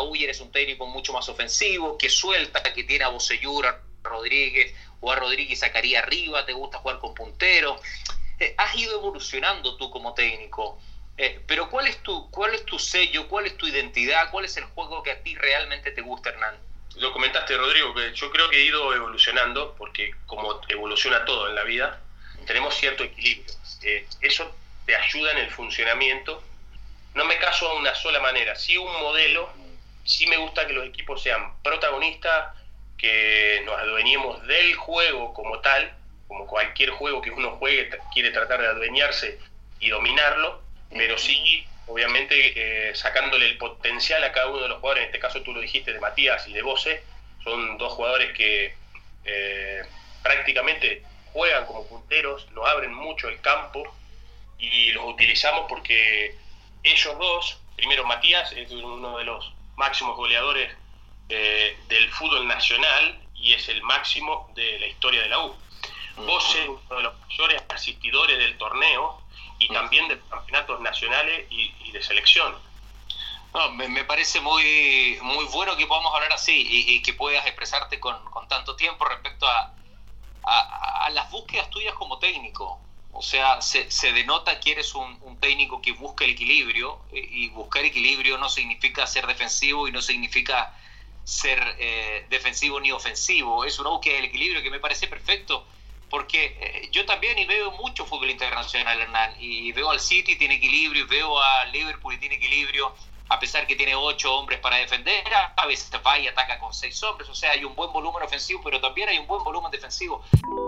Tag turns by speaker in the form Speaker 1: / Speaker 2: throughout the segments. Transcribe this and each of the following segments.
Speaker 1: U y eres un técnico mucho más ofensivo, que suelta, que tiene a Bocellur, a Rodríguez, o a Rodríguez sacaría arriba, te gusta jugar con punteros. Has ido evolucionando tú como técnico, pero ¿cuál es tu sello, cuál es tu identidad, cuál es el juego que a ti realmente te gusta, Hernán?
Speaker 2: Lo comentaste, Rodrigo, que yo creo que he ido evolucionando, porque como evoluciona todo en la vida, tenemos cierto equilibrio. Eso te ayuda en el funcionamiento. No me caso a una sola manera, sí un modelo, sí me gusta que los equipos sean protagonistas, que nos adueñemos del juego como tal, como cualquier juego que uno juegue, quiere tratar de adueñarse y dominarlo, pero sí, obviamente, sacándole el potencial a cada uno de los jugadores. En este caso tú lo dijiste, de Matías y de Bose, son dos jugadores que prácticamente juegan como punteros, nos abren mucho el campo y los utilizamos porque ellos dos, primero Matías es uno de los máximos goleadores del fútbol nacional y es el máximo de la historia de la U. Bose, uno de los mayores asistidores del torneo y también de campeonatos nacionales y de selección.
Speaker 1: No, me parece muy, muy bueno que podamos hablar así y que puedas expresarte con tanto tiempo respecto a las búsquedas tuyas como técnico. O sea, se denota que eres un técnico que busca el equilibrio, y buscar equilibrio no significa ser defensivo y no significa ser defensivo ni ofensivo. Es una búsqueda del equilibrio que me parece perfecto, porque yo también y veo mucho fútbol internacional, Hernán, y veo al City tiene equilibrio, y veo a Liverpool y tiene equilibrio, a pesar que tiene 8 hombres para defender, a veces va y ataca con 6 hombres. O sea, hay un buen volumen ofensivo, pero también hay un buen volumen defensivo.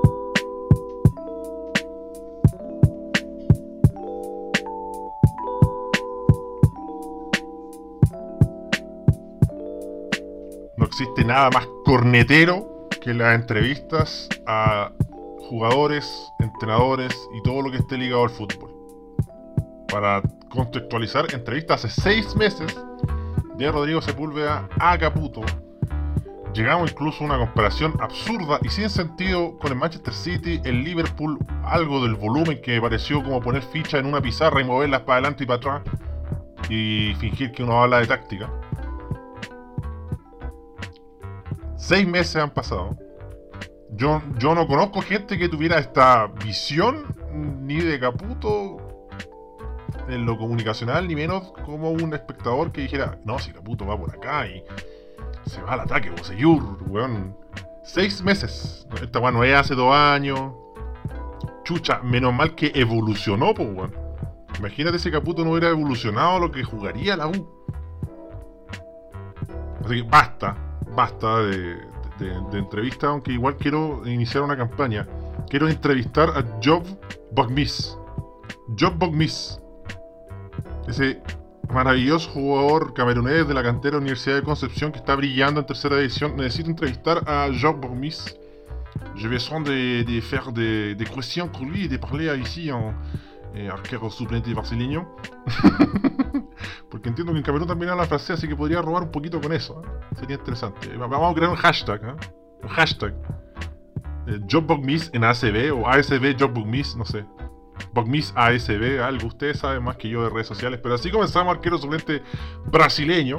Speaker 3: No existe nada más cornetero que las entrevistas a jugadores, entrenadores y todo lo que esté ligado al fútbol. Para contextualizar, entrevistas hace 6 meses de Rodrigo Sepúlveda a Caputo. Llegamos incluso a una comparación absurda y sin sentido con el Manchester City, el Liverpool, algo del volumen que me pareció como poner fichas en una pizarra y moverlas para adelante y para atrás y fingir que uno habla de táctica. 6 meses han pasado. Yo no conozco gente que tuviera esta visión, ni de Caputo en lo comunicacional, ni menos como un espectador que dijera, no, si Caputo va por acá y se va al ataque, Bocellur, weón. 6 meses. Esta weón no es hace 2 años. Chucha, menos mal que evolucionó, pues, weón. Imagínate si Caputo no hubiera evolucionado lo que jugaría la U. Así que basta de entrevista, aunque igual quiero iniciar una campaña. Quiero entrevistar a Job Bogmis. Job Bogmis, ese maravilloso jugador camerunés de la cantera Universidad de Concepción que está brillando en tercera división. Necesito entrevistar a Job Bogmis. Je vais besoin de faire des questions pour lui et de parler ici en arquero suplente brasileño. Porque entiendo que en Camerún también habla francés, así que podría robar un poquito con eso, ¿eh? Sería interesante. Vamos a crear un hashtag, ¿eh? Un hashtag. Job Bogmis en ASB o ASB Job Bogmis, no sé. Bogmis ASB, algo. Ustedes saben más que yo de redes sociales. Pero así comenzamos, arquero suplente brasileño.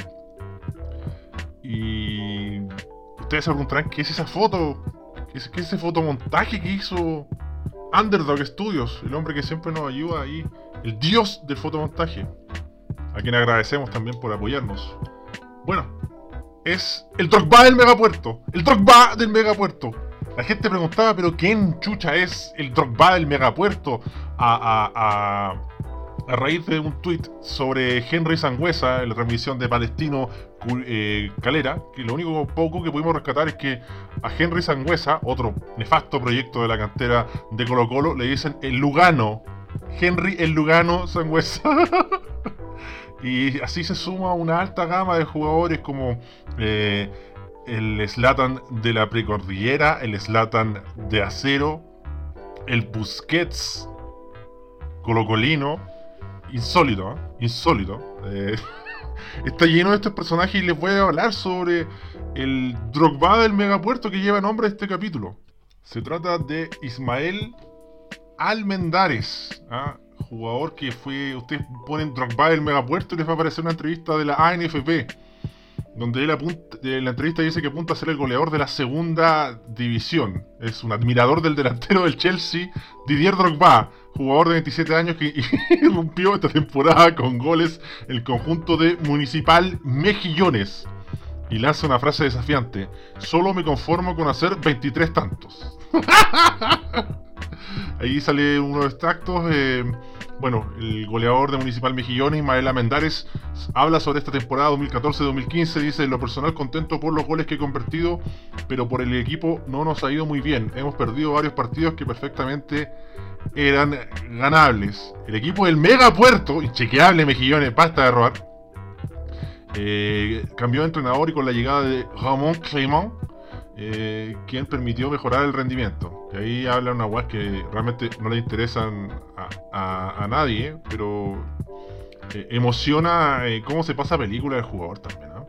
Speaker 3: Y ustedes se preguntarán qué es esa foto. ¿Qué es ese fotomontaje que hizo Underdog Studios? El hombre que siempre nos ayuda ahí. El dios del fotomontaje. A quien agradecemos también por apoyarnos. Bueno, es el Drogba del Megapuerto. El Drogba del Megapuerto. La gente preguntaba, pero ¿quién chucha es el Drogba del Megapuerto? A raíz de un tweet sobre Henry Sangüesa, la transmisión de Palestino Calera, que lo único poco que pudimos rescatar es que a Henry Sangüesa, otro nefasto proyecto de la cantera de Colo Colo, le dicen el Lugano. Henry el Lugano Sangüesa. Y así se suma una alta gama de jugadores como el Zlatan de la precordillera, el Zlatan de acero, el Busquets colocolino. Insólito, ¿eh? Insólito. Está lleno de estos personajes y les voy a hablar sobre el Drogba del Megapuerto que lleva nombre a este capítulo. Se trata de Ismael Almendares, ¿eh? Jugador que fue, ustedes ponen Drogba del Megapuerto y les va a aparecer una entrevista de la ANFP. donde él en la entrevista dice que apunta a ser el goleador de la segunda división. Es un admirador del delantero del Chelsea, Didier Drogba, jugador de 27 años que irrumpió esta temporada con goles en el conjunto de Municipal Mejillones. Y lanza una frase desafiante: solo me conformo con hacer 23 tantos. Ahí sale uno de los extractos. El goleador de Municipal Mejillones, Ismael Amendares, habla sobre esta temporada 2014-2015. Dice: en lo personal contento por los goles que he convertido, pero por el equipo no nos ha ido muy bien. Hemos perdido varios partidos que perfectamente eran ganables. El equipo del Megapuerto, inchequeable Mejillones, basta de robar, cambió de entrenador, y con la llegada de Ramón Clément, quien permitió mejorar el rendimiento. Y ahí habla una guas que realmente no le interesan a nadie, pero emociona cómo se pasa película del jugador también, ¿no?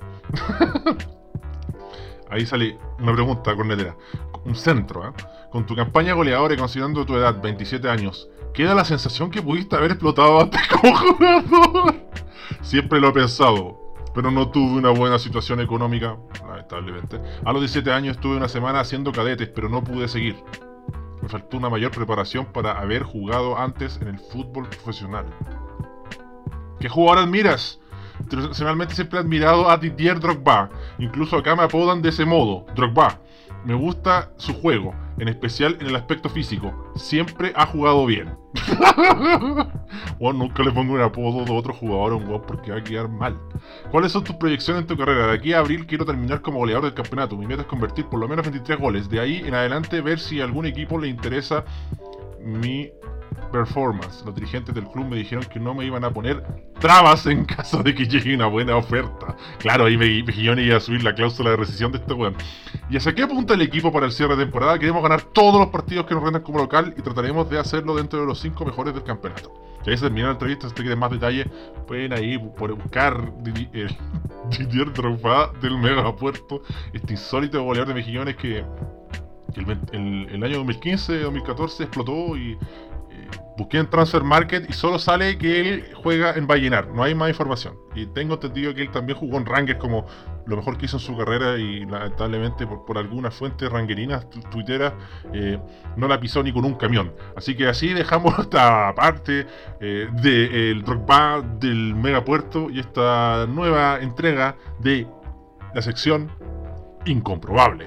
Speaker 3: Ahí sale una pregunta cornetera, un centro, ¿eh? Con tu campaña goleadora y considerando tu edad, 27 años, ¿queda la sensación que pudiste haber explotado antes como jugador? Siempre lo he pensado, pero no tuve una buena situación económica, lamentablemente. A los 17 años estuve una semana haciendo cadetes, pero no pude seguir. Me faltó una mayor preparación para haber jugado antes en el fútbol profesional. ¿Qué jugador admiras? Tradicionalmente siempre he admirado a Didier Drogba. Incluso acá me apodan de ese modo, Drogba. Me gusta su juego, en especial en el aspecto físico. Siempre ha jugado bien. Bueno, nunca le pongo un apodo de otro jugador a un weón porque va a quedar mal. ¿Cuáles son tus proyecciones en tu carrera? De aquí a abril quiero terminar como goleador del campeonato. Mi meta es convertir por lo menos 23 goles. De ahí en adelante ver si a algún equipo le interesa mi performance. Los dirigentes del club me dijeron que no me iban a poner trabas en caso de que llegue una buena oferta. Claro, ahí Mejillones iba a subir la cláusula de rescisión de este weón. ¿Y hacia qué apunta el equipo para el cierre de temporada? Queremos ganar todos los partidos que nos rendan como local y trataremos de hacerlo dentro de los 5 mejores del campeonato. Y ahí se terminó la entrevista. Si usted quiere más detalle, pueden ahí buscar Didier Drogba del Megapuerto, este insólito goleador de Mejillones que el año 2015-2014 explotó. Y busqué en Transfer Market y solo sale que él juega en Vallenar, no hay más información. Y tengo entendido que él también jugó en Rangers como lo mejor que hizo en su carrera, y lamentablemente por algunas fuentes ranguerinas tuiteras no la pisó ni con un camión. Así que así dejamos esta parte del Drogba del Megapuerto y esta nueva entrega de la sección Incomprobable.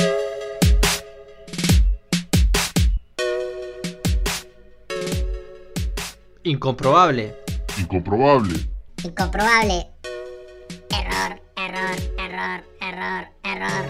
Speaker 4: Incomprobable.
Speaker 3: Incomprobable.
Speaker 5: Incomprobable. Error, error, error, error, error.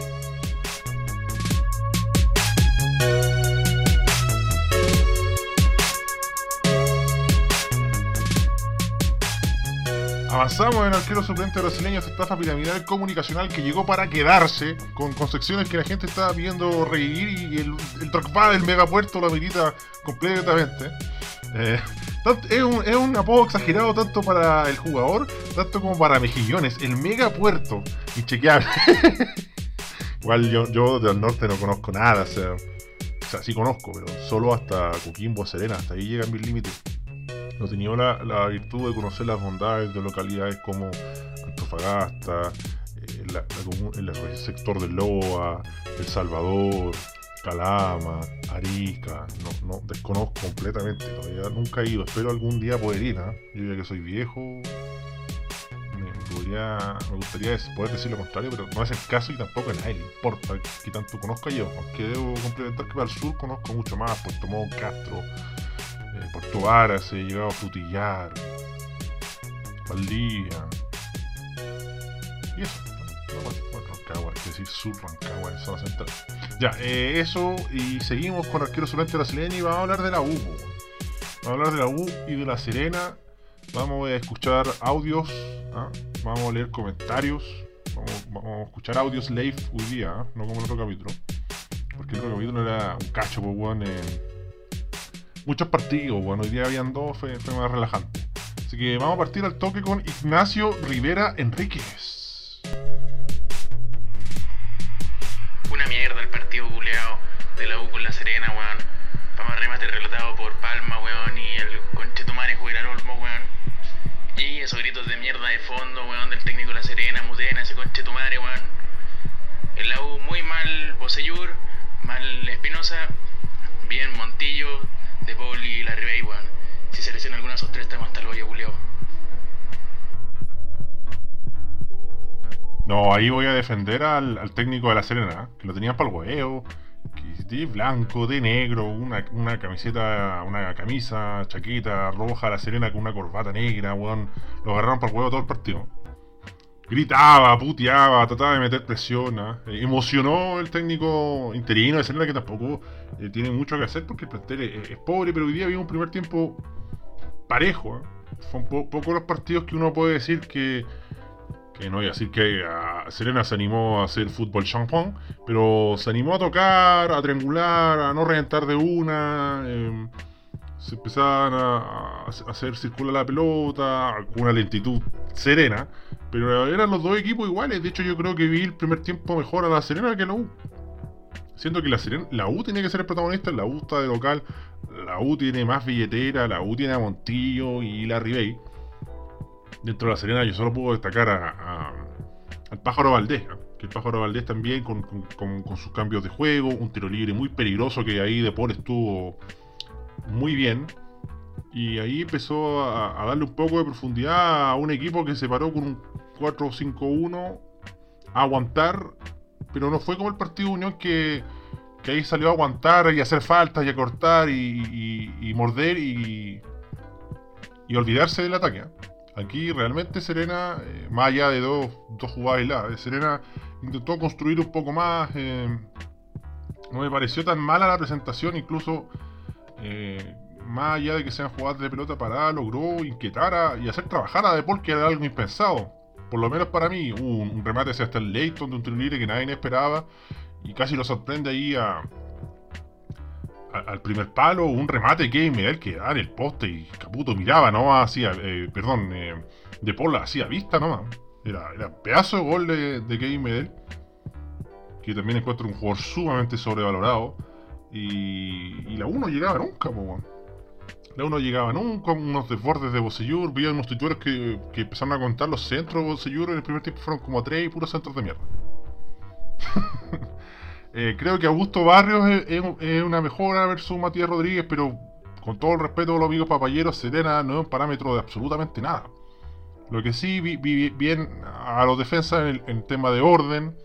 Speaker 3: Avanzamos en el arquero suplente brasileño, esta estafa piramidal comunicacional que llegó para quedarse, con secciones que la gente estaba pidiendo revivir, y el Drogba del Megapuerto lo habilita completamente. Es un apodo exagerado tanto para el jugador, tanto como para Mejillones. El Megapuerto, inchequeable. Igual yo del norte no conozco nada, o sea sí conozco, pero solo hasta Coquimbo, Serena, hasta ahí llegan mis límites. No he tenido la virtud de conocer las bondades de localidades como Antofagasta, el sector de Loa, El Salvador, Calama, Arica. No desconozco completamente, todavía nunca he ido. Espero algún día poder ir, ¿eh? Yo ya que soy viejo, me gustaría poder decir lo contrario, pero no es el caso y tampoco a nadie le importa que tanto conozca yo. Aunque debo complementar que para el sur conozco mucho más: Puerto Montt, Castro, Puerto Varas, he llegado a Frutillar, Valdivia y eso. Rancagua, es decir, sur Rancagua, en zona central. Ya, eso, y seguimos con arquero suplente brasileño y vamos a hablar de la U. Vamos a hablar de la U y de La Serena. Vamos a escuchar audios, ¿eh? Vamos a leer comentarios. Vamos a escuchar audios live hoy día, ¿eh? No como el otro capítulo, porque el otro capítulo era un cacho, pues, bueno, muchos partidos, bueno, hoy día habían dos, fue más relajante. Así que vamos a partir al toque con Ignacio Rivera Enríquez.
Speaker 6: Una mierda el partido culeado de la U con La Serena, weón. Para más remate relatado por Palma, weón, y el conchetumare Juegan Olmo, weón. Y esos gritos de mierda de fondo, weón, del técnico de La Serena, Mutena, ese conche tu madre, weón. En la U muy mal Bocellur, mal Espinosa, bien Montillo, De Paul y Larribey, weón. Si se lesiona alguno de esos tres estamos hasta el hoyo, culiao.
Speaker 3: No, ahí voy a defender al técnico de La Serena, que lo tenían para el huevo, de blanco, de negro, una camiseta, una camisa, chaqueta roja La Serena con una corbata negra, weón. Lo agarraron para el huevo todo el partido. Gritaba, puteaba, trataba de meter presión, ¿eh? Emocionó el técnico interino de Serena, que tampoco tiene mucho que hacer porque el plantel es pobre, pero hoy día había un primer tiempo parejo, ¿eh? Son pocos los partidos que uno puede decir que no voy a decir que Serena se animó a hacer fútbol champán, pero se animó a tocar, a triangular, a no reventar de una. Se empezaban a hacer circular la pelota con una lentitud serena, pero eran los dos equipos iguales. De hecho, yo creo que vi el primer tiempo mejor a la Serena que a la U. Siento que la U tiene que ser el protagonista, la U está de local, la U tiene más billetera, la U tiene a Montillo y Larribey. Dentro de La Serena yo solo puedo destacar al Pájaro Valdés, ¿eh? Que el Pájaro Valdés también con sus cambios de juego, un tiro libre muy peligroso que ahí De Paul estuvo muy bien, y ahí empezó a darle un poco de profundidad a un equipo que se paró con un 4-5-1 a aguantar, pero no fue como el partido de Unión que ahí salió a aguantar y a hacer faltas y a cortar y morder y olvidarse del ataque, ¿eh? Aquí realmente Serena, más allá de dos jugadas aisladas, Serena intentó construir un poco más. No me pareció tan mala la presentación, incluso más allá de que sean jugadas de pelota parada, logró inquietar y hacer trabajar a De Paul, que era algo impensado. Por lo menos para mí, hubo un remate hacia hasta el Leighton de un tiro libre que nadie esperaba y casi lo sorprende ahí al primer palo, un remate que Medel que da en el poste y Caputo miraba, ¿no? Hacía, De Paul hacía vista nomás. Era pedazo de gol de Kevin Medel, que también encuentro un jugador sumamente sobrevalorado. Y la U no llegaba nunca, po. La U no llegaba nunca, unos desbordes de Bocellur. Vi unos tuiteros que empezaron a contar los centros de Bocellur en el primer tiempo, fueron como 3 y puros centros de mierda. Creo que Augusto Barrios es una mejora versus Matías Rodríguez, pero con todo el respeto a los amigos papayeros, Serena no es un parámetro de absolutamente nada. Lo que sí vi bien a los defensas en tema de orden.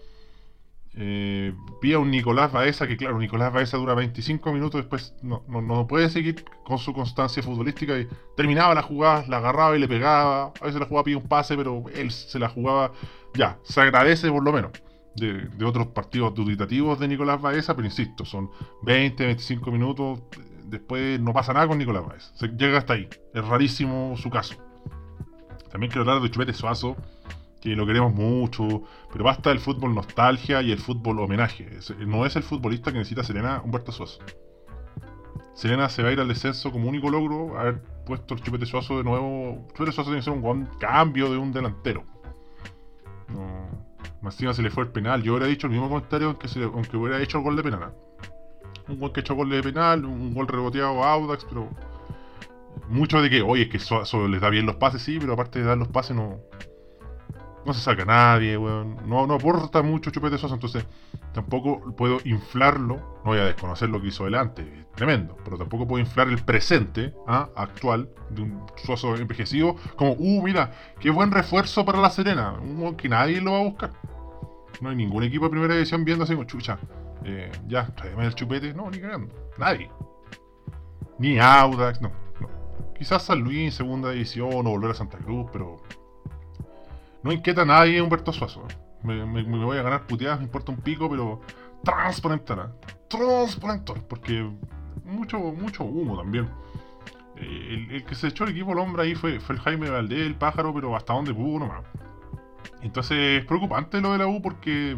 Speaker 3: Vi a un Nicolás Baeza, que claro, Nicolás Baeza dura 25 minutos, después no puede seguir con su constancia futbolística y terminaba las jugadas, la agarraba y le pegaba. A veces la jugaba pide un pase, pero él se la jugaba. Ya, se agradece por lo menos de otros partidos duditativos de Nicolás Baeza, pero insisto, son 20-25 minutos, después no pasa nada con Nicolás Baeza, se llega hasta ahí, es rarísimo su caso. También quiero hablar de Chupete Suazo, que lo queremos mucho, pero basta el fútbol nostalgia y el fútbol homenaje. No es el futbolista que necesita Serena Humberto Suazo. Serena se va a ir al descenso como único logro haber puesto el Chupete Suazo de nuevo. Chupete Suazo tiene que ser un buen cambio de un delantero. No, más encima se le fue el penal. Yo hubiera dicho el mismo comentario aunque hubiera hecho el gol de penal, ¿eh? Un gol que ha hecho gol de penal, un gol reboteado a Audax, pero mucho de que, oye, es que Suazo les da bien los pases, sí, pero aparte de dar los pases no se saca nadie, weón. No aporta mucho Chupete Suazo, entonces tampoco puedo inflarlo. No voy a desconocer lo que hizo delante, es tremendo, pero tampoco puedo inflar el presente actual de un Suazo envejecido como, mira, qué buen refuerzo para La Serena, que nadie lo va a buscar. No hay ningún equipo de primera división viendo así como, chucha, ya, tráeme el Chupete. No, ni cagando, nadie. Ni Audax, no. Quizás San Luis en segunda división o volver a Santa Cruz, pero no inquieta a nadie Humberto Suazo. Me voy a ganar puteadas, me importa un pico, pero transparentar, porque mucho humo también. El que se echó el equipo al hombro ahí fue el Jaime Valdés, el pájaro, pero hasta donde pudo nomás. Entonces es preocupante lo de la U, porque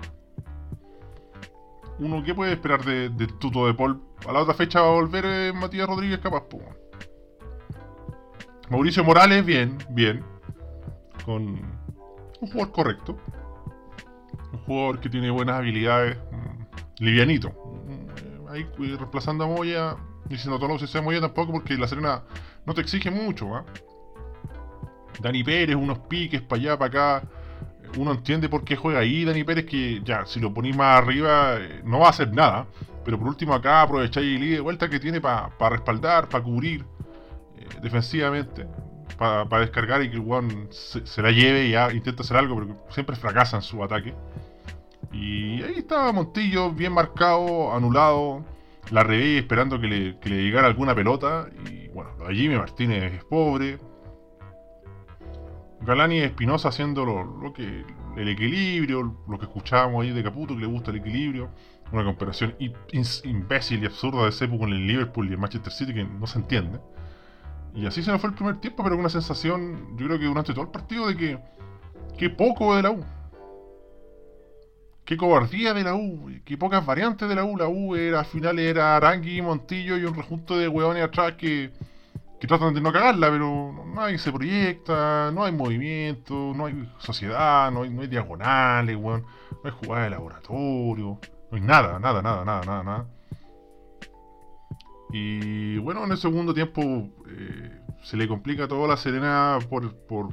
Speaker 3: uno, ¿qué puede esperar de Tuto De Paul? A la otra fecha va a volver Matías Rodríguez capaz, pues. Mauricio Morales, bien, con un jugador correcto, un jugador que tiene buenas habilidades, livianito, ahí reemplazando a Moya, diciendo todo lo que sea Moya tampoco, porque La Serena no te exige mucho, Dani Pérez, unos piques para allá, para acá. Uno entiende por qué juega ahí Dani Pérez, que ya, si lo ponís más arriba, no va a hacer nada. Pero por último acá aprovecháis el ida de vuelta que tiene para respaldar, para cubrir defensivamente, para descargar y que el weón se la lleve y ya intenta hacer algo, pero siempre fracasa en su ataque. Y ahí estaba Montillo, bien marcado, anulado. La Rebey esperando que le llegara alguna pelota. Y bueno, lo de Jimmy Martínez es pobre. Galani y Espinosa haciendo el equilibrio, lo que escuchábamos ahí de Caputo, que le gusta el equilibrio. Una comparación imbécil y absurda de Sepu con el Liverpool y el Manchester City que no se entiende. Y así se nos fue el primer tiempo, pero con una sensación, yo creo que durante todo el partido, de que poco de la U. Qué cobardía de la U, qué pocas variantes de la U. La U al final era Arangui, Montillo y un rejunto de hueones atrás que tratan de no cagarla, pero nadie se proyecta, no hay movimiento, no hay sociedad, no hay diagonales, weón, no hay jugada de laboratorio, no hay nada. Y bueno, en el segundo tiempo se le complica todo a La Serena por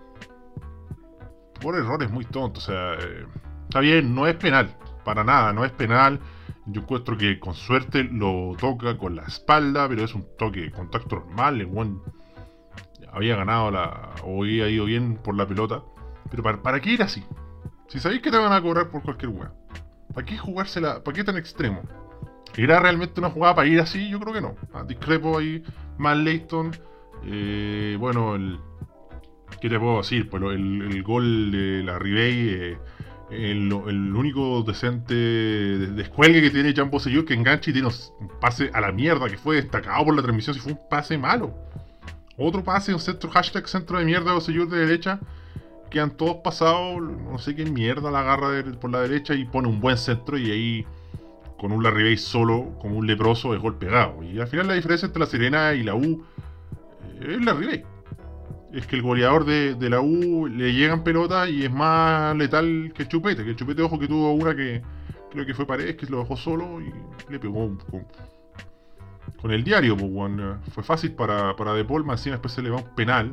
Speaker 3: errores muy tontos. O sea, está bien, no es penal, para nada, no es penal. Yo encuentro que con suerte lo toca con la espalda, pero es un toque, contacto normal. El buen había ganado o había ido bien por la pelota. Pero ¿para qué ir así? Si sabéis que te van a cobrar por cualquier weá, ¿para qué jugársela? ¿Para qué tan extremo? ¿Era realmente una jugada para ir así? Yo creo que no. Discrepo ahí, más Leighton. Bueno, ¿qué te puedo decir? Pues el gol de la Ribey. El único decente descuelgue que tiene Jean Bosellur, que engancha y tiene un pase a la mierda que fue destacado por la transmisión. Si fue un pase malo, otro pase, un centro, #centro de mierda Bosellur de derecha, quedan todos pasados, no sé qué mierda la agarra por la derecha y pone un buen centro, y ahí con un Larribey solo, como un leproso, es gol pegado. Y al final la diferencia entre La Serena y la U es Larribey. Es que el goleador de la U le llegan pelotas y es más letal que el Chupete. Que el Chupete, ojo, que tuvo una que creo que fue Paredes, que lo dejó solo y le pegó con el diario. Pues, bueno, fue fácil para De Paul, más encima después se le va un penal.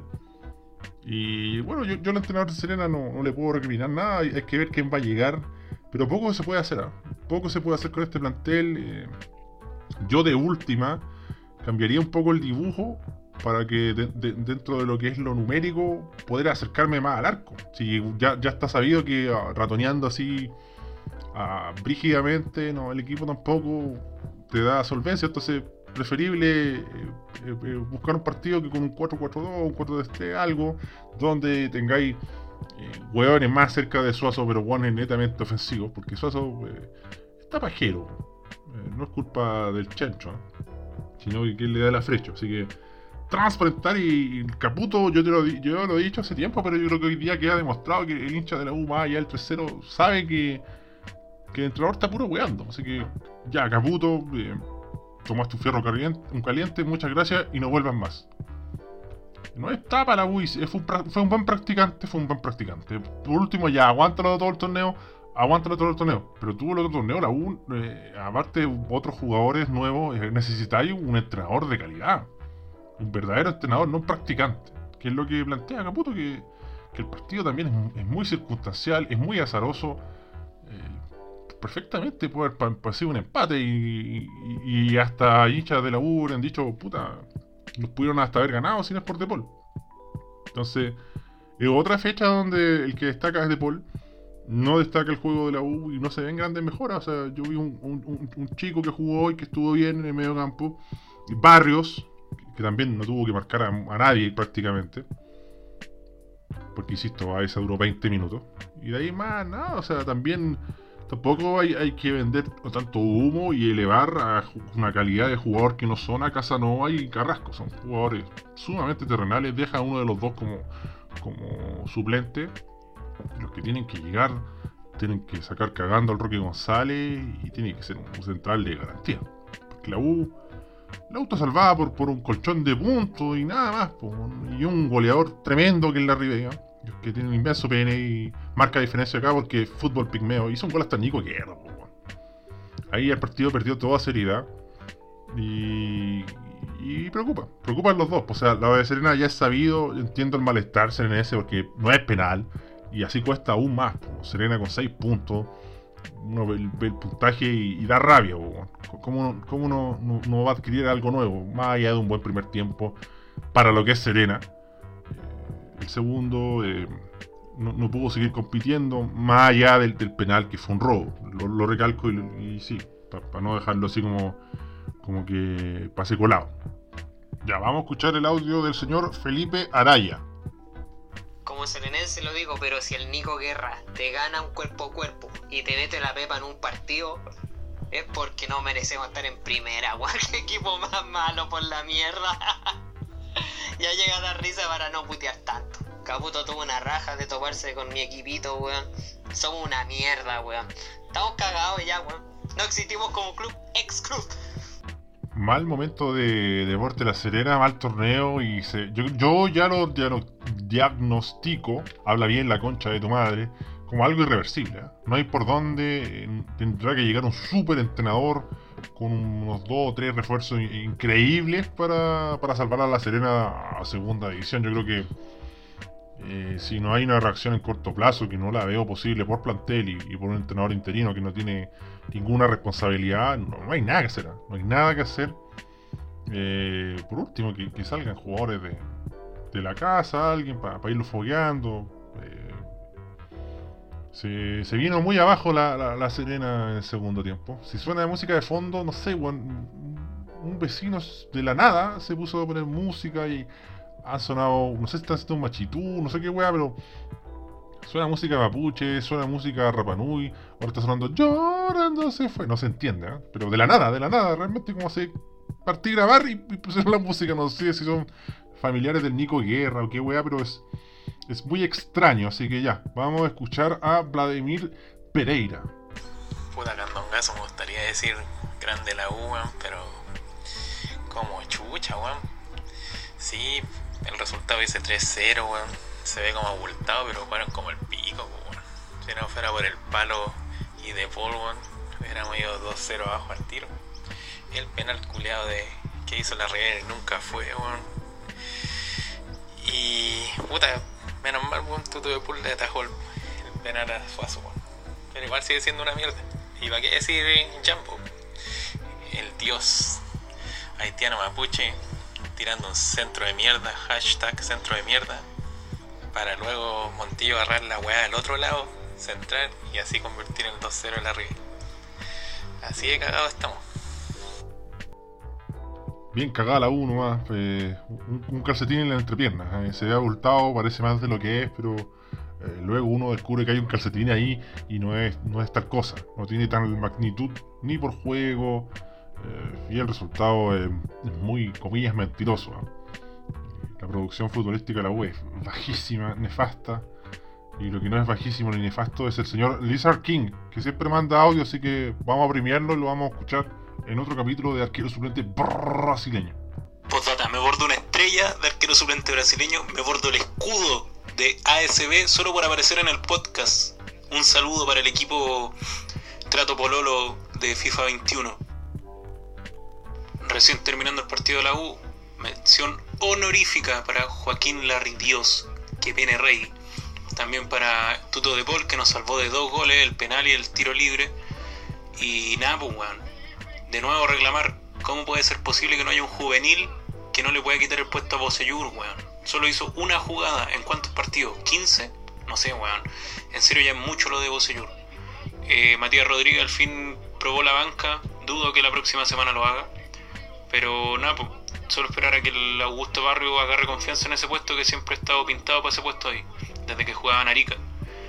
Speaker 3: Y bueno, yo al entrenador de Serena no le puedo recriminar nada. Hay que ver quién va a llegar. Pero poco se puede hacer. Poco se puede hacer con este plantel. Yo de última cambiaría un poco el dibujo para que dentro de lo que es lo numérico poder acercarme más al arco. Si ya está sabido que ratoneando así brígidamente, no, el equipo tampoco te da solvencia. Entonces preferible buscar un partido que con un 4-4-2, un 4-3-3, algo donde tengáis hueones más cerca de Suazo, pero hueones netamente ofensivos, porque Suazo está pajero. No es culpa del Chencho, sino que él le da la frecha. Así que transparentar, y el Caputo, yo lo he dicho hace tiempo, pero yo creo que hoy día queda demostrado que el hincha de la U, más allá del 3-0, sabe que el entrenador está puro weando. Así que ya, Caputo, tomaste un fierro caliente, muchas gracias y no vuelvas más. No está para la U, fue un buen practicante. Por último, ya, aguántalo todo el torneo. Pero tuvo el otro torneo, la U, aparte de otros jugadores nuevos, necesitáis un entrenador de calidad. Un verdadero entrenador, no un practicante. Que es lo que plantea Caputo, que el partido también es muy circunstancial, es muy azaroso. Perfectamente puede haber sido un empate, y hasta hinchas de la U han dicho, puta, los pudieron hasta haber ganado si no es por De Paul. Entonces, es otra fecha donde el que destaca es De Paul. No destaca el juego de la U y no se ven grandes mejoras. O sea, yo vi un chico que jugó hoy, que estuvo bien en el medio campo. Barrios, que también no tuvo que marcar a nadie prácticamente, porque insisto, a esa duró 20 minutos. Y de ahí más nada. O sea, tampoco hay que vender tanto humo y elevar a una calidad de jugador que no son a Casanova y Carrasco. Son jugadores sumamente terrenales. Deja a uno de los dos como suplente. Los que tienen que llegar tienen que sacar cagando al Roque González, y tiene que ser un central de garantía, porque la U está salvada por un colchón de puntos y nada más, y un goleador tremendo que es Larribey, que tiene un inmenso pene y marca diferencia acá, porque fútbol pigmeo. Hizo un gol hasta Nico Guerra. Ahí el partido perdió toda seriedad, y Y preocupan los dos. O sea, la de Serena ya es sabido, entiendo el malestar serenense porque no es penal. Y así cuesta aún más. Serena con 6 puntos. Uno ve el puntaje y da rabia. ¿Cómo no va a adquirir algo nuevo? Más allá de un buen primer tiempo para lo que es Serena. El segundo no pudo seguir compitiendo. Más allá del penal, que fue un robo. Lo recalco y sí, para no dejarlo así como que pase colado. Ya, vamos a escuchar el audio del señor Felipe Araya.
Speaker 7: Como serenense lo digo, pero si el Nico Guerra te gana un cuerpo a cuerpo y te mete la pepa en un partido, es porque no merecemos estar en primera, weón. Qué equipo más malo por la mierda. Ya llega a dar risa para no putear tanto. Caputo tuvo una raja de toparse con mi equipito, weón. Somos una mierda, weón. Estamos cagados ya, weón. No existimos como club, ex club.
Speaker 3: Mal momento de Deporte La Serena, mal torneo y yo ya lo diagnostico, habla bien la concha de tu madre, como algo irreversible. No hay por dónde, tendrá que llegar un súper entrenador con unos 2 o 3 refuerzos increíbles para salvar a La Serena a segunda división. Yo creo que si no hay una reacción en corto plazo, que no la veo posible por plantel y por un entrenador interino que no tiene ninguna responsabilidad, no hay nada que hacer. No hay nada que hacer. Por último, que salgan jugadores de la casa, alguien para irlo fogueando. Se vino muy abajo la Serena en el segundo tiempo. Si suena de música de fondo, no sé, un vecino de la nada se puso a poner música y ha sonado, no sé si está haciendo un machitú, no sé qué weá, pero suena música mapuche, suena música Rapanui, ahora está sonando llorando se fue, no se entiende, ¿eh? Pero de la nada, realmente como se partí a grabar y pusieron la música, no sé si son familiares del Nico Guerra o qué weá, pero es muy extraño, así que ya, vamos a escuchar a Vladimir Pereira.
Speaker 6: Puta candongazo, me gustaría decir grande la U, weón, pero como chucha, weón. Sí, el resultado dice 3-0, weón. Se ve como abultado, pero jugaron como el pico, weón. Si no fuera por el palo y de Paul, weón, hubiéramos ido 2-0 abajo al tiro. El penal culeado que hizo la Rivera nunca fue, weón. Y puta, menos mal, weón, Tuto de Paul le atajó el penal a Suazo, weón. Pero igual sigue siendo una mierda. Y para qué decir Jambo, el dios haitiano mapuche tirando un centro de mierda, hashtag centro de mierda, para luego Montillo agarrar la weá del otro lado, centrar y así convertir el 2-0 en la River. Así de cagado estamos.
Speaker 3: Bien cagada la 1 más, un calcetín en la entrepierna, se ve abultado, parece más de lo que es, pero luego uno descubre que hay un calcetín ahí y no es tal cosa, no tiene tal magnitud ni por juego. Y el resultado es muy, comillas, mentiroso. La producción futbolística de la U es bajísima, nefasta. Y lo que no es bajísimo ni nefasto es el señor Lizard King, que siempre manda audio, así que vamos a premiarlo y lo vamos a escuchar en otro capítulo de Arquero Suplente Brasileño.
Speaker 8: Postdata, me bordo una estrella de arquero suplente brasileño, me bordo el escudo de ASB solo por aparecer en el podcast. Un saludo para el equipo Trato Pololo de FIFA 21. Recién terminando el partido de la U, mención honorífica para Joaquín Larridios, que viene rey. También para Tuto de Paul, que nos salvó de 2 goles, el penal y el tiro libre. Y nada, pues weón, de nuevo reclamar, ¿cómo puede ser posible que no haya un juvenil que no le pueda quitar el puesto a Bocellur, weón? Solo hizo una jugada, ¿en cuántos partidos? ¿15? No sé, weón. En serio ya es mucho lo de Bocellur. Matías Rodríguez al fin probó la banca, dudo que la próxima semana lo haga. Pero nada, pues, solo esperar a que el Augusto Barrio agarre confianza en ese puesto, que siempre ha estado pintado para ese puesto ahí, desde que jugaba en Arica.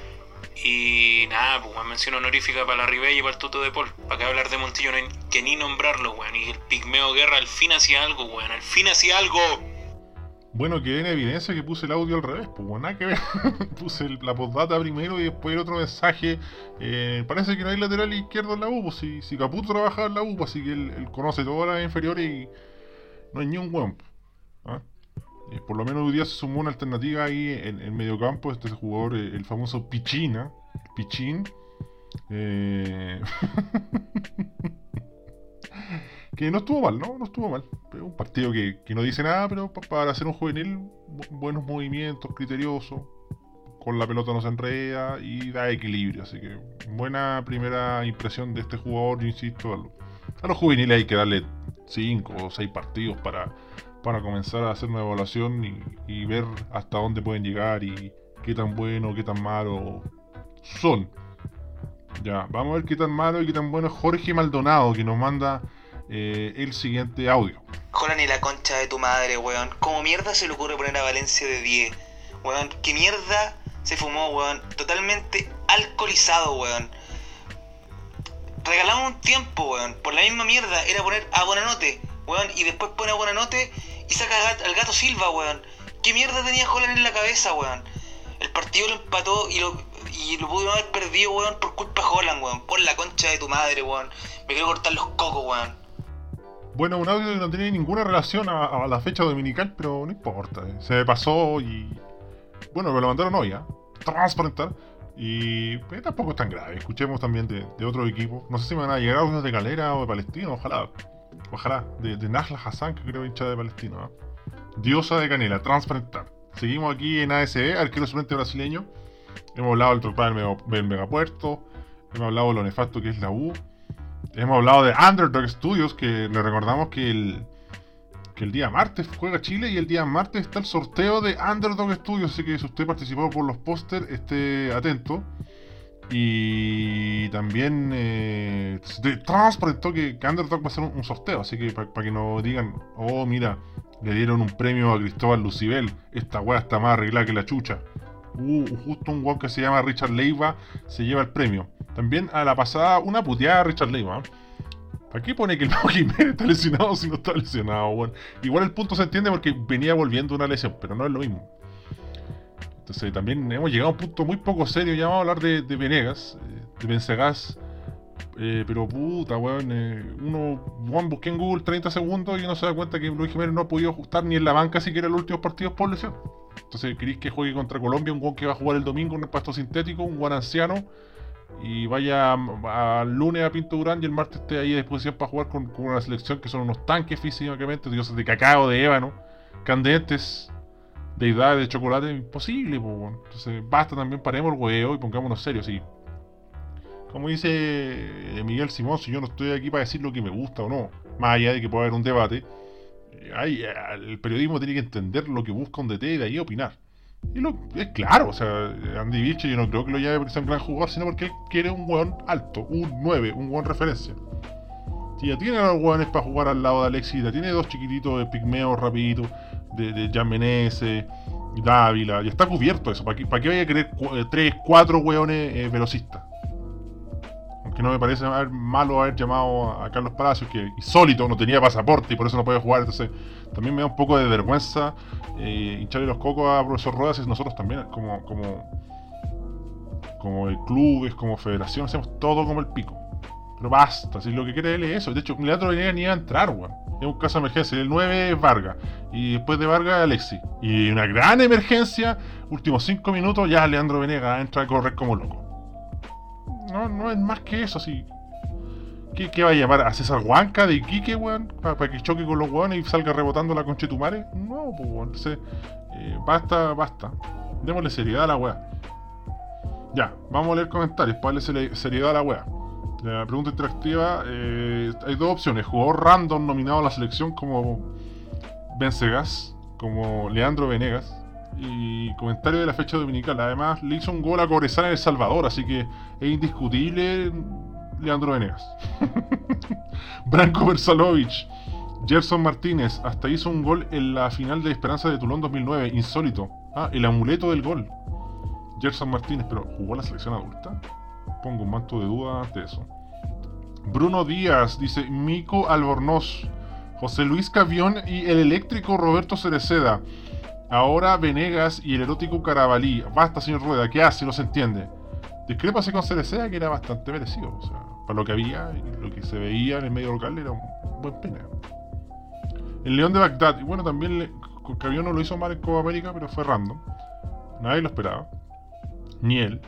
Speaker 8: Y nada, pues, mención honorífica para la Ribey y para el Tuto de Paul. Para que hablar de Montillo que ni nombrarlo, weón. Y el Pigmeo Guerra al fin hacía algo, weón. Al fin hacía algo.
Speaker 3: Bueno, quedé en evidencia que puse el audio al revés, pues bueno, nada que ver. Puse la postdata primero y después el otro mensaje. Parece que no hay lateral izquierdo en la U, pues si Caputo trabaja en la U, pues así que él conoce todas las inferiores y no hay ni un hueón. ¿Ah? Por lo menos hoy día se sumó una alternativa ahí en medio campo, este jugador, el famoso Pichín. Que no estuvo mal, no estuvo mal. Pero un partido que no dice nada, pero para hacer un juvenil, buenos movimientos, criterioso, con la pelota no se enreda y da equilibrio. Así que buena primera impresión de este jugador. Yo insisto, a los juveniles hay que darle 5 o 6 partidos para comenzar a hacer una evaluación y ver hasta dónde pueden llegar y qué tan bueno, qué tan malo son. Ya, vamos a ver qué tan malo y qué tan bueno es Jorge Maldonado, que nos manda el siguiente audio.
Speaker 9: Jolan y la concha de tu madre, weón. ¿Cómo mierda se le ocurre poner a Valencia de 10? Weón, ¿qué mierda se fumó, weón? Totalmente alcoholizado, weón. Regalamos un tiempo, weón. Por la misma mierda era poner a Buenanote, weón. Y después pone a Buenanote y saca al Gato Silva, weón. ¿Qué mierda tenía Jolan en la cabeza, weón? El partido lo empató y lo pudimos haber perdido, weón, por culpa de Jolan, weón. Por la concha de tu madre, weón. Me quiero cortar los cocos, weón.
Speaker 3: Bueno, un audio que no tenía ninguna relación a la fecha dominical, pero no importa. Se me pasó y... Bueno, me lo mandaron hoy, transparentar. Y tampoco es tan grave. Escuchemos también de otro equipo. No sé si me van a llegar audios de Calera o de Palestino. Ojalá. De Najla Hassan, que creo hincha de Palestino. Diosa de Canela, transparentar. Seguimos aquí en ASB, arquero suplente brasileño. Hemos hablado del torpal del Megapuerto. Hemos hablado de lo nefasto que es la U. Hemos hablado de Underdog Studios, que le recordamos que el día martes juega Chile y el día martes está el sorteo de Underdog Studios. Así que si usted participó por los pósters, esté atento. Y también transparentó que Underdog va a hacer un sorteo. Así que para que no digan, oh mira, le dieron un premio a Cristóbal Lucibel, esta weá está más arreglada que la chucha. Justo un weón que se llama Richard Leiva se lleva el premio. También a la pasada una puteada a Richard Leiva. ¿Para qué pone que el Mago Jiménez está lesionado si no está lesionado, weón? Igual el punto se entiende porque venía volviendo una lesión, pero no es lo mismo. Entonces también hemos llegado a un punto muy poco serio. Ya vamos a hablar de Venegas, de Bensegas. Pero puta, weón, busqué en Google 30 segundos y uno se da cuenta que Luis Jiménez no ha podido ajustar ni en la banca siquiera en los últimos partidos por lesión. Entonces, ¿queréis que juegue contra Colombia? Un weón que va a jugar el domingo en el pasto sintético, un weón anciano, y vaya al lunes a Pinto Durán y el martes esté ahí a disposición para jugar con una selección que son unos tanques físicamente, dioses de cacao, de ébano, candentes, deidades de chocolate, imposible, pues, weón. Entonces, basta también, paremos el huevo y pongámonos serios, sí. Como dice Miguel Simón, si yo no estoy aquí para decir lo que me gusta o no, más allá de que pueda haber un debate, el periodismo tiene que entender lo que busca un DT y de ahí opinar. Y es claro, o sea, Andy Vilche yo no creo que lo llame porque sea un gran jugador, sino porque él quiere un hueón alto, un 9, un hueón referencia. Si ya tiene a los hueones para jugar al lado de Alexis, ya tiene dos chiquititos de pigmeos rapiditos, de Jan Menezes, Dávila, ya está cubierto eso. ¿Para qué vaya a querer 3, 4 hueones velocistas? Aunque no me parece malo haber llamado a Carlos Palacios, que insólito, no tenía pasaporte y por eso no puede jugar. Entonces también me da un poco de vergüenza hincharle los cocos a profesor Rodas. Y nosotros también, como el club, como federación, hacemos todo como el pico. Pero basta, si lo que quiere él es eso. De hecho, Leandro Venegas ni iba a entrar, weón. Es un caso de emergencia. El 9 es Vargas. Y después de Vargas, Alexis. Y una gran emergencia, últimos 5 minutos, ya Leandro Venegas entra a correr como loco. No es más que eso, sí. ¿Qué va a llamar? ¿A César Huanca de Iquique, weón? ¿Para que choque con los weones y salga rebotando la conchetumare? No, pues, weón. Entonces, basta. Démosle seriedad a la weá. Ya, vamos a leer comentarios para darle seriedad a la weá. La pregunta interactiva, hay dos opciones: jugador random nominado a la selección como Bensegas, como Leandro Venegas, y comentario de la fecha dominical. Además le hizo un gol a Cobresal en El Salvador, así que es indiscutible Leandro Venegas. Branko Versalovic, Gerson Martínez hasta hizo un gol en la final de Esperanza de Toulon 2009, insólito. El amuleto del gol. Gerson Martínez, pero ¿jugó la selección adulta? Pongo un manto de duda ante eso. Bruno Díaz dice: Mico Albornoz, José Luis Cavión y el eléctrico Roberto Cereceda. Ahora Venegas y el erótico Carabalí. Basta, señor Rueda, ¿qué hace? No se entiende. Discrépase con Cereceda, que era bastante merecido. O sea, para lo que había y lo que se veía en el medio local era un buen pene. El León de Bagdad. Y bueno, también Cavión no lo hizo mal en Copa América, pero fue random. Nadie lo esperaba. Ni él.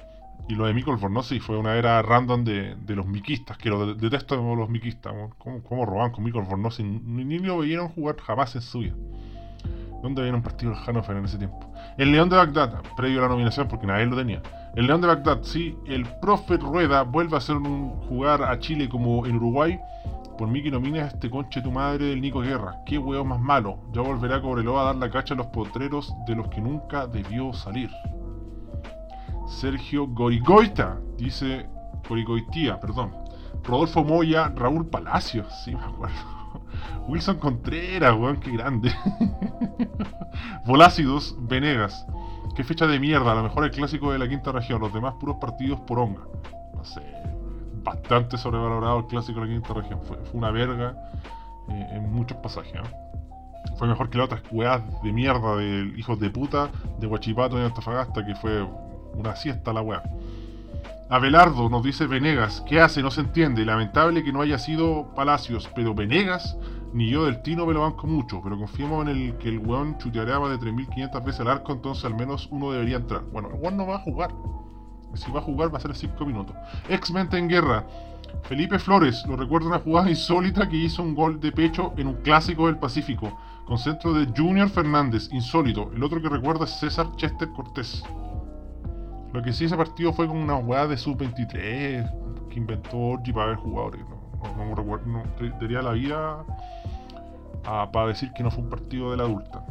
Speaker 3: Y lo de Mikko Fornosi fue una era random de los miquistas, que detesto los miquistas. ¿Cómo roban con Mikko Fornosi? Ni lo veían jugar jamás en su vida. ¿Dónde había un partido del Hannover en ese tiempo? El León de Bagdad, previo a la nominación, porque nadie lo tenía. El León de Bagdad, sí, el profe Rueda vuelve a hacer jugar a Chile como en Uruguay. Por mí que nomines a este conche tu madre del Nico Guerra. Qué huevo más malo. Ya volverá Cobreloa a dar la cacha a los potreros de los que nunca debió salir. Sergio Gorigoita, dice Gorigoitía, perdón. Rodolfo Moya, Raúl Palacios, sí me acuerdo. Wilson Contreras, weón, qué grande. Volácidos, Venegas. Qué fecha de mierda, a lo mejor el clásico de la quinta región, los demás puros partidos por onga. No sé, bastante sobrevalorado el clásico de la quinta región. Fue una verga en muchos pasajes, ¿eh? Fue mejor que las otras weas de mierda de hijos de puta de Huachipato y Antofagasta, que fue una siesta la wea. Abelardo, nos dice Venegas, ¿qué hace? No se entiende. Lamentable que no haya sido Palacios, pero Venegas, ni yo del Tino me lo banco mucho, pero confiemos en que el weón chuteará más de 3.500 veces al arco, entonces al menos uno debería entrar. Bueno, el weón no va a jugar. Si va a jugar va a ser 5 minutos. Ex-mente en guerra. Felipe Flores, lo recuerdo una jugada insólita que hizo un gol de pecho en un clásico del Pacífico, con centro de Junior Fernández, insólito. El otro que recuerdo es César Chester Cortés. Lo que sí, ese partido fue con una jugada de sub-23 que inventó Orgi para ver jugadores. No me recuerdo, no daría la vida para decir que no fue un partido de la adulta.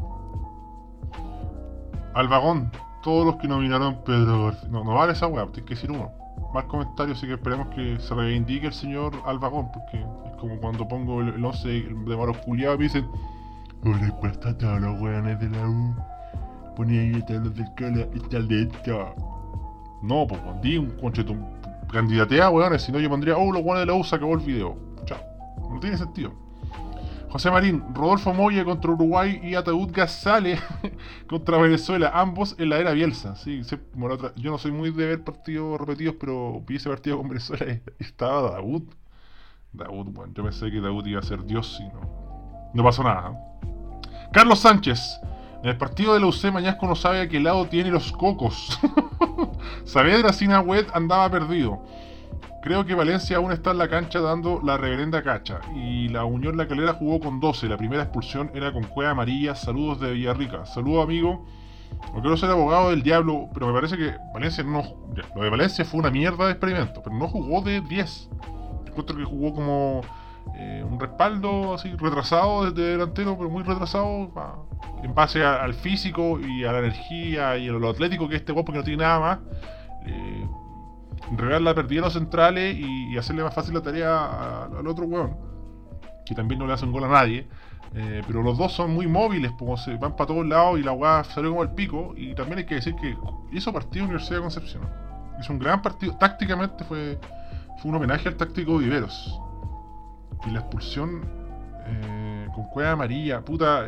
Speaker 3: Albagón, todos los que nominaron Pedro García. No vale esa weá, tienes que decir uno. Más comentarios, así que esperemos que se reivindique el señor Albagón, porque es como cuando pongo el 11 de malos culiados y me dicen: "Hola, puesta a todos los weones de la U. Ponía ahí a los del cola y tal de esto". No, pues di un concheto, candidatea, weones, si no yo pondría: "Oh, los weones de la U se acabó el video". Chao. No tiene sentido. José Marín, Rodolfo Moya contra Uruguay y Ataúd Gazale contra Venezuela, ambos en la era Bielsa. Sí, yo no soy muy de ver partidos repetidos, pero vi ese partido con Venezuela y estaba Daud, bueno, yo pensé que Daud iba a ser Dios y no pasó nada. Carlos Sánchez, en el partido de la UC Mañasco no sabe a qué lado tiene los cocos. Saavedra sin Agüed andaba perdido. Creo que Valencia aún está en la cancha dando la reverenda cacha. Y la Unión La Calera jugó con 12. La primera expulsión era con cueva amarilla. Saludos de Villarrica. Saludos, amigo. No quiero ser abogado del diablo, pero me parece que Valencia no... Lo de Valencia fue una mierda de experimento, pero no jugó de 10. Encuentro que jugó como un respaldo así, retrasado desde delantero, pero muy retrasado, en base al físico y a la energía y a lo atlético que este guapo que no tiene nada más. Regar la pérdida a los centrales y hacerle más fácil la tarea al otro weón, que también no le hace un gol a nadie, pero los dos son muy móviles, pues se van para todos lados y la weá salió como el pico. Y también hay que decir que hizo partido Universidad de Concepción, hizo un gran partido, tácticamente fue un homenaje al táctico Viveros. Y la expulsión con cueva amarilla, puta,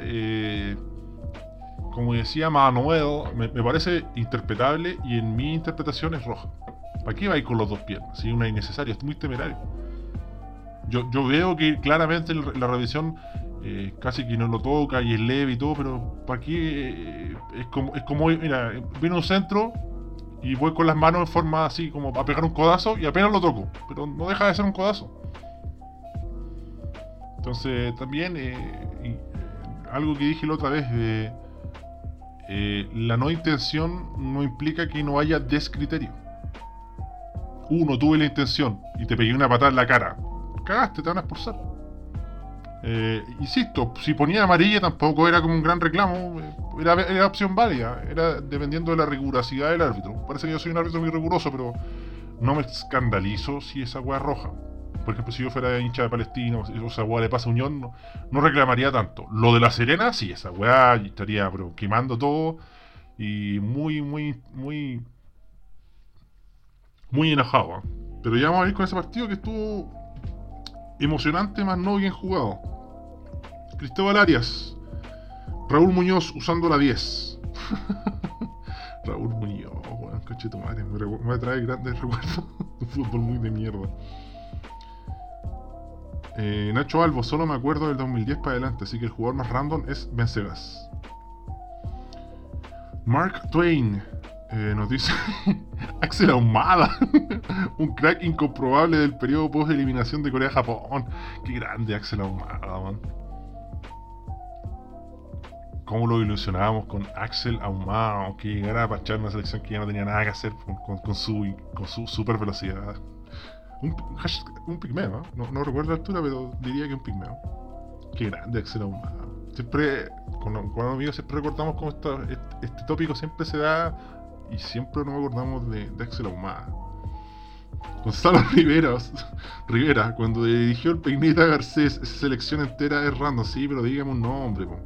Speaker 3: como decía Manuel, me parece interpretable, y en mi interpretación es roja. ¿Para qué va a ir con los dos piernas? Si una innecesaria, es muy temerario. Yo veo que claramente la revisión casi que no lo toca y es leve y todo, pero ¿para qué? Es como, mira, viene un centro y voy con las manos en forma así como a pegar un codazo y apenas lo toco, pero no deja de ser un codazo. Entonces también algo que dije la otra vez, la no intención no implica que no haya descriterio. No tuve la intención y te pegué una patada en la cara, cagaste, te van a expulsar. Insisto, si ponía amarilla tampoco era como un gran reclamo, era opción válida, era dependiendo de la rigurosidad del árbitro. Parece que yo soy un árbitro muy riguroso, pero no me escandalizo si esa weá es roja. Por ejemplo, si yo fuera hincha de Palestina o esa weá le pasa a Unión, no reclamaría tanto. Lo de La Serena, sí, esa weá estaría quemando todo y muy enojado, ¿eh? Pero ya vamos a ir con ese partido que estuvo emocionante, más no bien jugado. Cristóbal Arias, Raúl Muñoz usando la 10. Raúl Muñoz, weón, coche tu madre, me trae grandes recuerdos. Un fútbol muy de mierda. Nacho Albo, solo me acuerdo del 2010 para adelante, así que el jugador más random es Vencegas. Mark Twain nos dice: Axel Ahumada, un crack incomprobable del periodo post-eliminación de Corea-Japón. Qué grande Axel Ahumada, man. Cómo lo ilusionábamos con Axel Ahumada, aunque llegara a pachar una selección que ya no tenía nada que hacer con su super velocidad. Un pigmeo, no recuerdo la altura, pero diría que un pigmeo. Qué grande Axel Ahumada. Siempre, con amigos, siempre recordamos cómo este tópico siempre se da y siempre nos acordamos de Axel Ahumada. Gonzalo Rivera, cuando dirigió el Peineta Garcés, esa selección entera es random, sí, pero dígame un nombre, po.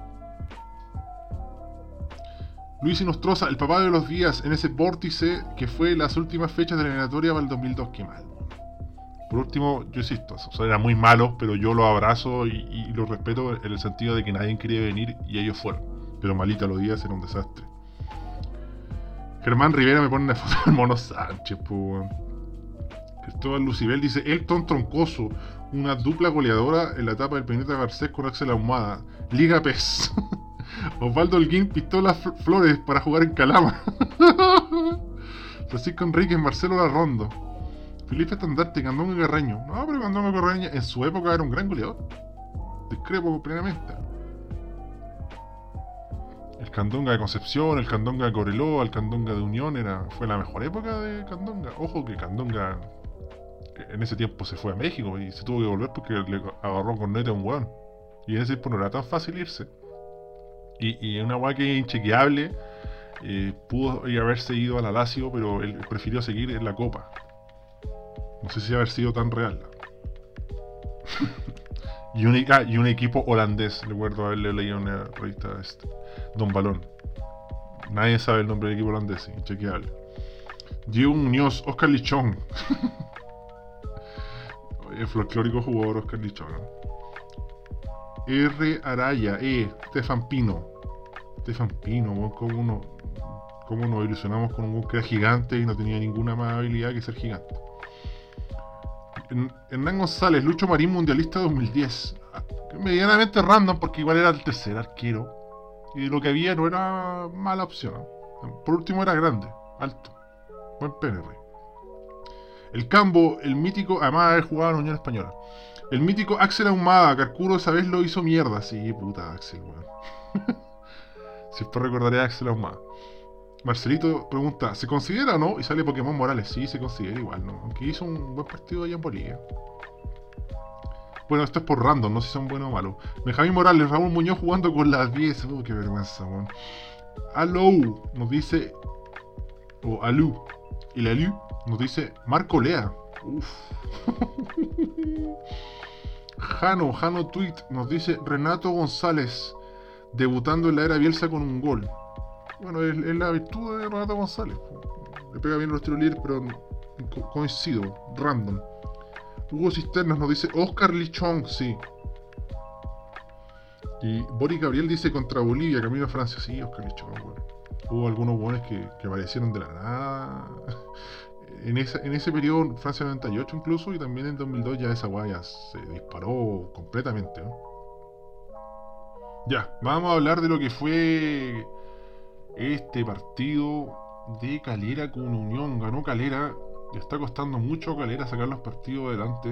Speaker 3: Luis Inostroza, el papá de los días en ese vórtice que fue las últimas fechas de la eliminatoria para el 2002, qué mal. Por último, yo insisto, o sea, era muy malo, pero yo lo abrazo y lo respeto en el sentido de que nadie quería venir y ellos fueron. Pero Malita los días era un desastre. Germán Rivera me pone una foto del Mono Sánchez, pues. Cristóbal Lucibel dice: Elton Troncoso, una dupla goleadora en la etapa del Peineta Garcés con Axel Ahumada. Liga PES. Osvaldo Holguín, Pistola Flores para jugar en Calama. Francisco Enríquez, Marcelo Larrondo. Felipe Estandarte, Candonga Carreño. No, pero Candonga Carreño en su época era un gran goleador. Discrepo plenamente. El Candonga de Concepción, el Candonga de Cobreloa, el Candonga de Unión fue la mejor época de Candonga. Ojo que Candonga en ese tiempo se fue a México y se tuvo que volver porque le agarró con neta a un weón. Y en ese tiempo no era tan fácil irse. Y una weá que es inchequeable, pudo haberse ido a la Lazio, pero él prefirió seguir en la Copa. No sé si haber sido tan real. y un equipo holandés, recuerdo haberle leído en una revista Don Balón. Nadie sabe el nombre del equipo holandés, inchequeable. Diego Muñoz, Oscar Lichón. El folclórico jugador Oscar Lichón, ¿no? R. Araya, Stefan Pino, ¿cómo nos ilusionamos con un que era gigante y no tenía ninguna más habilidad que ser gigante? Hernán González, Lucho Marín, mundialista 2010. Medianamente random porque igual era el tercer arquero. Y lo que había no era mala opción. Por último era grande, alto, buen pene, rey. El Cambo, el mítico, además de haber jugado en la Unión Española. El mítico Axel Ahumada, Carcuro esa vez lo hizo mierda. Sí, puta Axel, weón. Siempre recordaré a Axel Ahumada. Marcelito pregunta, ¿se considera o no? Y sale Pokémon Morales. Sí, se considera igual, ¿no? Aunque hizo un buen partido allá en Bolivia. Bueno, esto es por random, no sé si son buenos o malos. Benjamín Morales, Raúl Muñoz jugando con las 10. Qué vergüenza, weón. Alou nos dice... O Alú. Y la Alú nos dice Marco Lea. Uff. Jano Tweet nos dice Renato González debutando en la era Bielsa con un gol. Bueno, es la virtud de Renato González. Le pega bien los tiros libres, pero coincido, random. Hugo Cisternas nos dice Oscar Lichón, sí. Y Boris Gabriel dice contra Bolivia, camino a Francia. Sí, Oscar Lichón, bueno. Hubo algunos buenos que aparecieron de la nada. En ese periodo, Francia 98 incluso, y también en 2002 ya esa guaya se disparó completamente, ¿no? Ya, vamos a hablar de lo que fue este partido de Calera con Unión. Ganó Calera, le está costando mucho a Calera sacar los partidos adelante.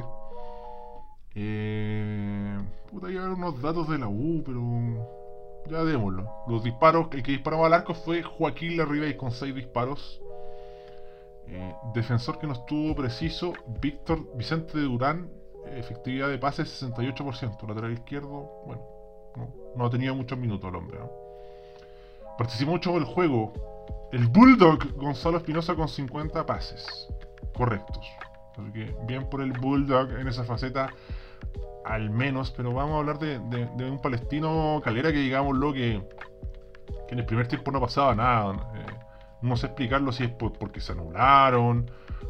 Speaker 3: Puta, hay unos datos de la U, pero ya démoslo. Los disparos, el que disparaba al arco fue Joaquín Larribey con 6 disparos. Defensor que no estuvo preciso, Vicente de Durán, efectividad de pase 68%, lateral izquierdo, bueno, no ha tenido muchos minutos el hombre, ¿no? Participó mucho en el juego el Bulldog Gonzalo Espinosa con 50 pases correctos, así que bien por el Bulldog en esa faceta al menos. Pero vamos a hablar de un palestino Calera que digámoslo que en el primer tiempo no pasaba nada. No sé explicarlo si es porque se anularon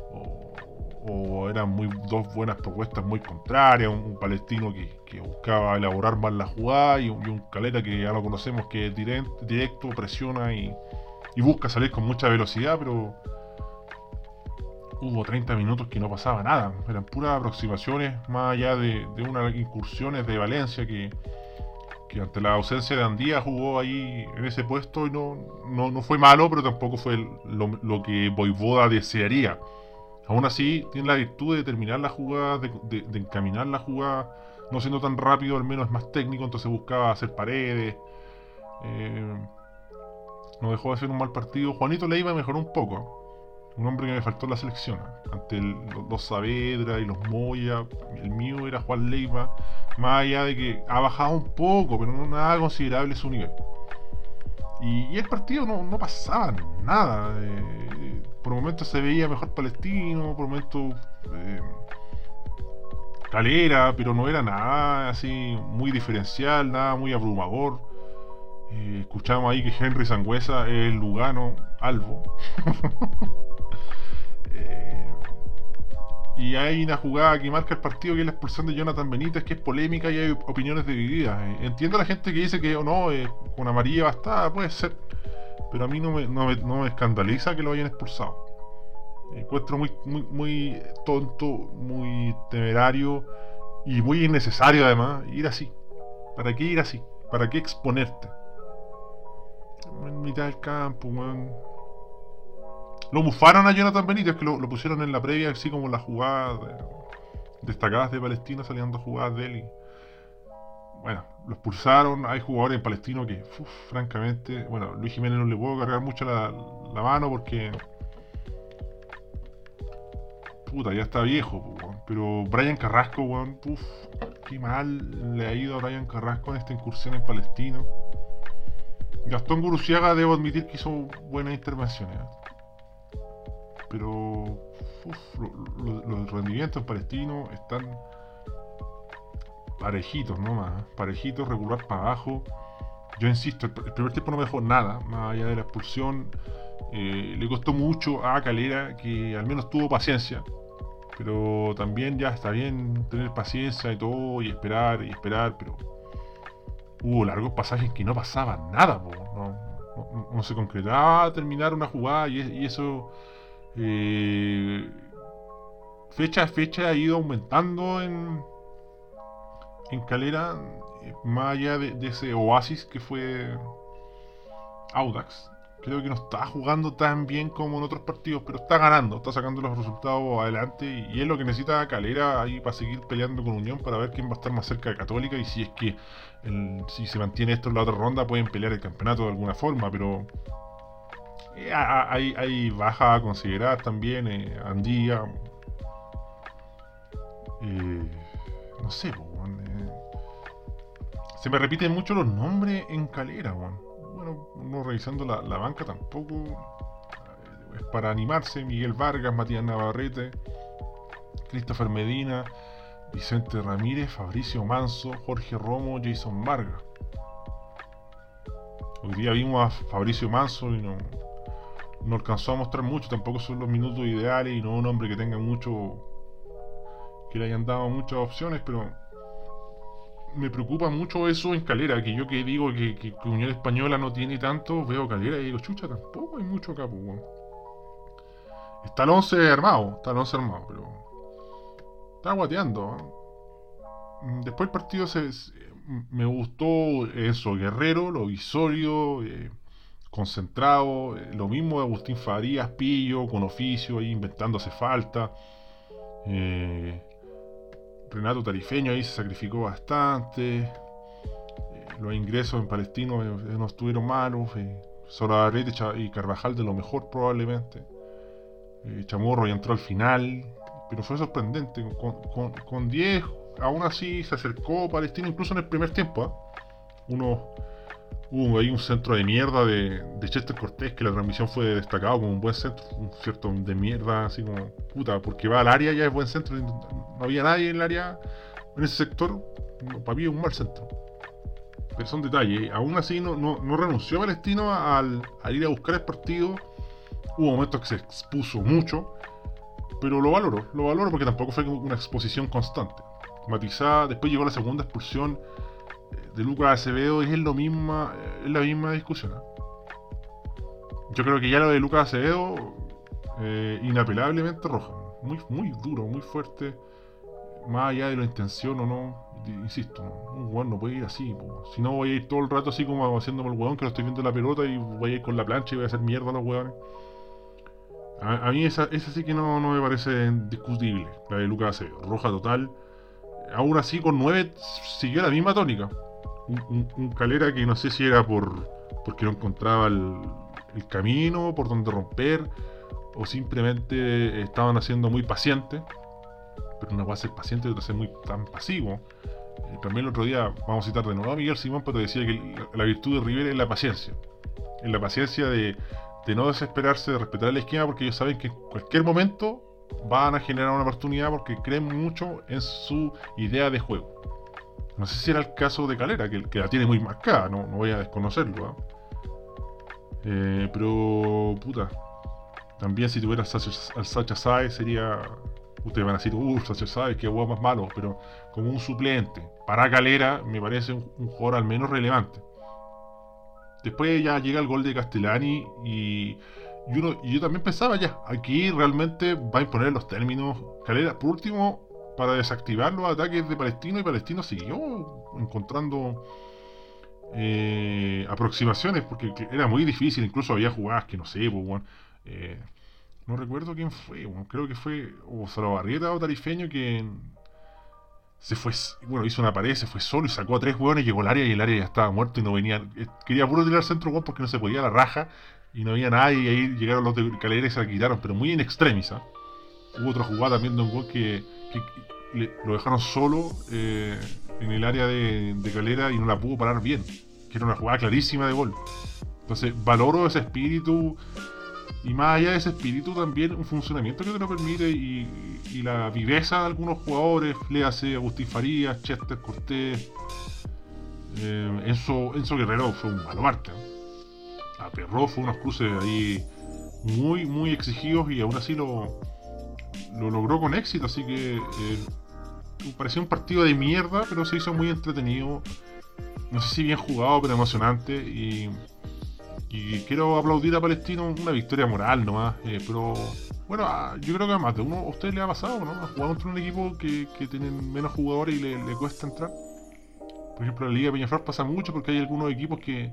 Speaker 3: o eran dos buenas propuestas muy contrarias. Un palestino que buscaba elaborar más la jugada y un Calera que ya lo conocemos, que es directo, presiona y busca salir con mucha velocidad, pero hubo 30 minutos que no pasaba nada. Eran puras aproximaciones, más allá de unas incursiones de Valencia que que ante la ausencia de Andía jugó ahí en ese puesto y no fue malo, pero tampoco fue lo que Voivoda desearía. Aún así, tiene la virtud de terminar la jugada, de encaminar la jugada, no siendo tan rápido, al menos es más técnico, entonces buscaba hacer paredes. No dejó de hacer un mal partido. Juanito Leiva mejoró un poco. Un hombre que me faltó en la selección. Ante los Saavedra y los Moya, el mío era Juan Leiva. Más allá de que ha bajado un poco, pero no nada considerable su nivel. Y el partido no pasaba nada. Por momentos se veía mejor Palestino, por momentos Calera, pero no era nada así muy diferencial, nada muy abrumador. Escuchamos ahí que Henry Sangüesa es el Lugano Albo. Y hay una jugada que marca el partido, que es la expulsión de Jonathan Benítez, que es polémica y hay opiniones divididas. Entiendo a la gente que dice que no, con amarilla bastada, puede ser, pero a mí no me escandaliza que lo hayan expulsado. Encuentro muy tonto, muy temerario y muy innecesario además ir así. ¿Para qué ir así? ¿Para qué exponerte? En mitad del campo, weón. Lo bufaron a Jonathan Benítez, que lo pusieron en la previa, así como las jugadas destacadas de Palestino, saliendo jugadas de él. Y, bueno, lo expulsaron. Hay jugadores en Palestino que, francamente, bueno, Luis Jiménez no le puedo cargar mucho la mano porque, puta, ya está viejo, weón. Pero Brian Carrasco, weón, qué mal le ha ido a Brian Carrasco en esta incursión en Palestino. Gastón Guruciaga, debo admitir que hizo buenas intervenciones, pero los rendimientos en Palestino están parejitos nomás, parejitos, regular para abajo. Yo insisto, el primer tiempo no me dejó nada, más allá de la expulsión. Le costó mucho a Calera, que al menos tuvo paciencia, pero también ya está bien tener paciencia y todo, y esperar, pero hubo largos pasajes que no pasaba nada, no se concretaba terminar una jugada, y eso fecha a fecha ha ido aumentando en Calera, más allá de ese oasis que fue Audax. Creo que no está jugando tan bien como en otros partidos, pero está ganando, está sacando los resultados adelante, y es lo que necesita Calera ahí para seguir peleando con Unión, para ver quién va a estar más cerca de Católica, y si es que si se mantiene esto en la otra ronda pueden pelear el campeonato de alguna forma. Pero hay bajas a considerar también. Andía, no sé, se me repiten mucho los nombres en Calera, bueno, no revisando la banca tampoco es para animarse. Miguel Vargas, Matías Navarrete, Christopher Medina, Vicente Ramírez, Fabricio Manso, Jorge Romo, Jason Vargas. Hoy día vimos a Fabricio Manso y no alcanzó a mostrar mucho, tampoco son los minutos ideales, y no es un hombre que tenga mucho, que le hayan dado muchas opciones, pero me preocupa mucho eso en Calera, que yo que digo que Unión Española no tiene tanto, veo Calera y digo, chucha, tampoco hay mucho acá, pues. Está el 11 armado, pero está guateando. Después el partido me gustó eso, Guerrero, lo visorio, concentrado, lo mismo de Agustín Farías, pillo, con oficio, ahí inventándose falta. Renato Tarifeño ahí se sacrificó bastante. Los ingresos en Palestino no estuvieron malos. Solabarrete y Carvajal de lo mejor probablemente. Chamorro ya entró al final, pero fue sorprendente. Con 10 aún así se acercó Palestino, incluso en el primer tiempo. Hubo ahí un centro de mierda de Chester Cortés, que la transmisión fue destacado como un buen centro, un cierto de mierda, así como, puta, porque va al área ya es buen centro, no había nadie en el área, en ese sector, para mí es un mal centro. Pero son detalles. Aún así no renunció Palestino al ir a buscar el partido. Hubo momentos que se expuso mucho, pero lo valoro porque tampoco fue una exposición constante, matizada. Después llegó la segunda expulsión de Lucas Acevedo, y es la misma discusión. Yo creo que ya lo de Lucas Acevedo, inapelablemente roja, muy duro, muy fuerte. más allá de la intención o no, insisto, un weón no puede ir así, po. Si no voy a ir todo el rato así como haciéndome el weón que lo estoy viendo en la pelota y voy a ir con la plancha y voy a hacer mierda a los weones. A mí esa sí que no me parece discutible, la de Lucas Acevedo, roja total. Aún así con 9 siguió la misma tónica. Un Calera que no sé si era porque no encontraba el camino por donde romper, o simplemente estaban haciendo muy pacientes. Pero una va a ser paciente y otra ser muy tan pasivo. También el otro día, vamos a citar de nuevo a Miguel Simón, pero decía que la virtud de River es la paciencia. Es la paciencia de no desesperarse, de respetar el esquema, porque ellos saben que en cualquier momento van a generar una oportunidad porque creen mucho en su idea de juego. No sé si era el caso de Calera, que la tiene muy marcada, no voy a desconocerlo, ¿eh? Pero, puta, también si tuviera al Sacha Sáez sería... Ustedes van a decir, Sacha Sáez, que huevo más malo, pero como un suplente para Calera me parece un jugador al menos relevante. Después ya llega el gol de Castellani y yo también pensaba ya, aquí realmente va a imponer los términos Calera. Por último, para desactivar los ataques de Palestino, y Palestino siguió encontrando aproximaciones, porque era muy difícil, incluso había jugadas que no sé, pues, bueno, no recuerdo quién fue, bueno, creo que fue o Salabarrieta o Tarifeño que se fue, bueno, hizo una pared, se fue solo y sacó a 3 hueones, llegó al área y el área ya estaba muerto y no venía, quería puro tirar centro hueón porque no se podía la raja y no había nadie, y ahí llegaron los de Calera y se la quitaron, pero muy en extremis, ¿eh? Hubo otra jugada también de un gol que lo dejaron solo en el área de Calera y no la pudo parar bien, que era una jugada clarísima de gol. Entonces valoro ese espíritu, y más allá de ese espíritu también un funcionamiento que te lo permite y la viveza de algunos jugadores, léase Agustín Farías, Chester Cortés, Enzo Guerrero fue un baluarte, aperró, fue unos cruces ahí muy muy exigidos y aún así lo logró con éxito, así que parecía un partido de mierda, pero se hizo muy entretenido, no sé si bien jugado, pero emocionante, y quiero aplaudir a Palestino, una victoria moral nomás, pero bueno, yo creo que a más de uno a usted le ha pasado, ¿no? Ha jugado contra un equipo que tienen menos jugadores y le cuesta entrar. Por ejemplo, en la Liga Peñaflor pasa mucho porque hay algunos equipos que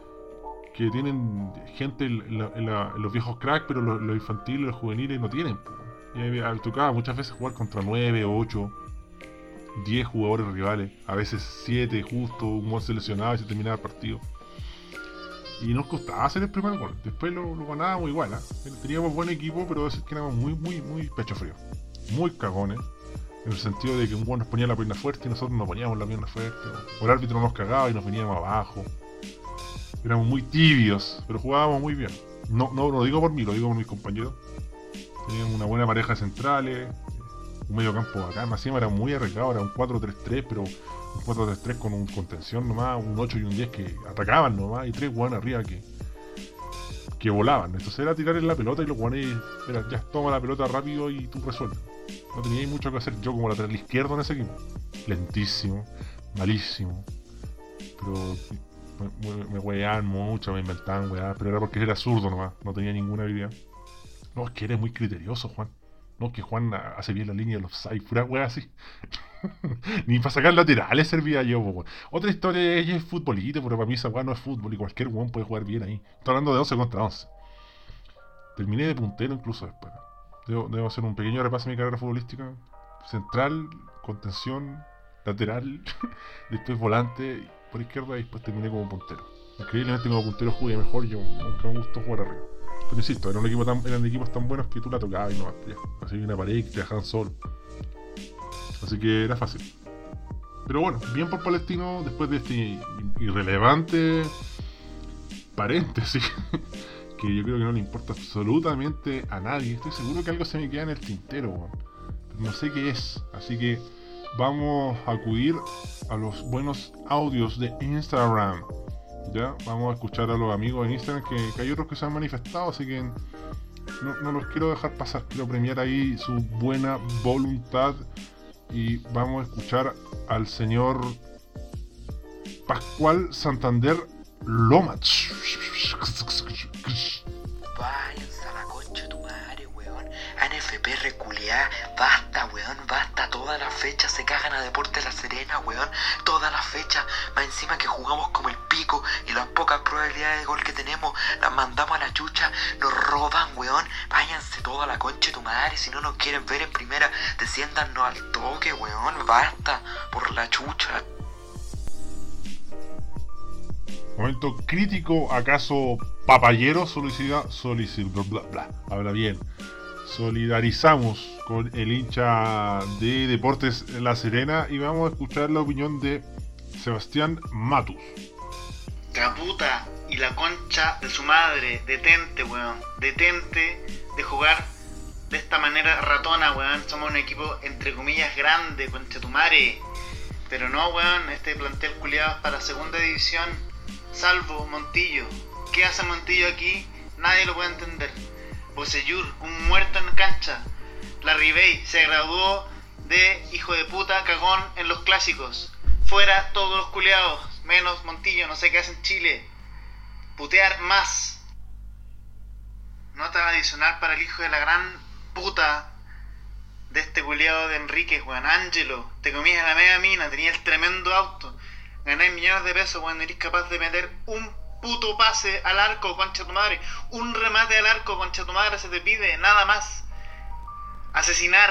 Speaker 3: tienen gente en los viejos cracks, pero los infantiles, los juveniles no tienen. Y me tocaba muchas veces jugar contra 9, 8, 10 jugadores rivales, a veces 7 justo, un buen seleccionado y se terminaba el partido. Y nos costaba hacer el primer gol, después lo ganábamos igual, ¿eh? Teníamos buen equipo, pero a veces que éramos muy pecho frío, muy cagones, en el sentido de que un buen nos ponía la pierna fuerte y nosotros nos poníamos la pierna fuerte, o el árbitro nos cagaba y nos veníamos abajo. Éramos muy tibios, pero jugábamos muy bien. No lo digo por mí, lo digo por mis compañeros. Teníamos una buena pareja de centrales, un medio campo bacán, encima era muy arriesgado, era un 4-3-3, pero un 4-3-3 con un contención nomás, un 8 y un 10 que atacaban nomás, y 3 guanes arriba que volaban. Entonces era tirar en la pelota y los guanes era ya toma la pelota rápido y tú resuelves. No tenía mucho que hacer yo como lateral izquierdo en ese equipo. Lentísimo, malísimo, pero me hueaban mucho, me inventaban weá, pero era porque era zurdo nomás, no tenía ninguna habilidad. No, es que eres muy criterioso, Juan. No, que Juan hace bien la línea de los offside, pura weá así. Ni para sacar laterales servía yo, weón. Otra historia es futbolito, pero para mí esa weá no es fútbol y cualquier weón puede jugar bien ahí. Estoy hablando de 11 contra 11. Terminé de puntero incluso después. Debo hacer un pequeño repaso de mi carrera futbolística. Central, contención, lateral, después volante por izquierda y después terminé como puntero. Increíblemente como puntero jugué mejor, yo nunca me gustó jugar arriba. Pero insisto, eran equipos tan buenos que tú la tocabas y no ya. Así una pared y te dejaban solo. Así que era fácil. Pero bueno, bien por Palestino después de este irrelevante paréntesis que yo creo que no le importa absolutamente a nadie. Estoy seguro que algo se me queda en el tintero, pero no sé qué es. Así que vamos a acudir a los buenos audios de Instagram. Ya, vamos a escuchar a los amigos en Instagram que hay otros que se han manifestado, así que no los quiero dejar pasar, quiero premiar ahí su buena voluntad y vamos a escuchar al señor Pascual Santander Lomas.
Speaker 10: Váyanse a la concha de tu madre, weón. ANFP reculeá, basta, weón, basta puta, todas las fechas se cagan a Deportes La Serena, weón. Todas las fechas. Más encima que jugamos como el pico y las pocas probabilidades de gol que tenemos las mandamos a la chucha. Nos roban, weón. Váyanse toda la concha de tu madre. Si no nos quieren ver en primera, desciéndanos al toque, weón. Basta, por la chucha.
Speaker 3: Momento crítico, ¿acaso Papayero habla bien? Solidarizamos con el hincha de Deportes La Serena y vamos a escuchar la opinión de Sebastián Matus.
Speaker 9: La puta y la concha de su madre, detente, weón. Detente de jugar de esta manera ratona, weón. Somos un equipo entre comillas grande, concha tu madre. Pero no, weón, este plantel culiado es para segunda división. Salvo Montillo. ¿Qué hace Montillo aquí? Nadie lo puede entender. Bocellur, un muerto en cancha. La Ribey se graduó de hijo de puta cagón en los clásicos. Fuera todos los culiados, menos Montillo, no sé qué hace en Chile. Putear más. Nota adicional para el hijo de la gran puta de este culiado de Enrique, Juan Ángelo. Te comías la media mina, tenías el tremendo auto. Ganáis millones de pesos cuando eres capaz de meter un puto pase al arco, concha tu madre. Un remate al arco, concha tu madre, se te pide, nada más. Asesinar.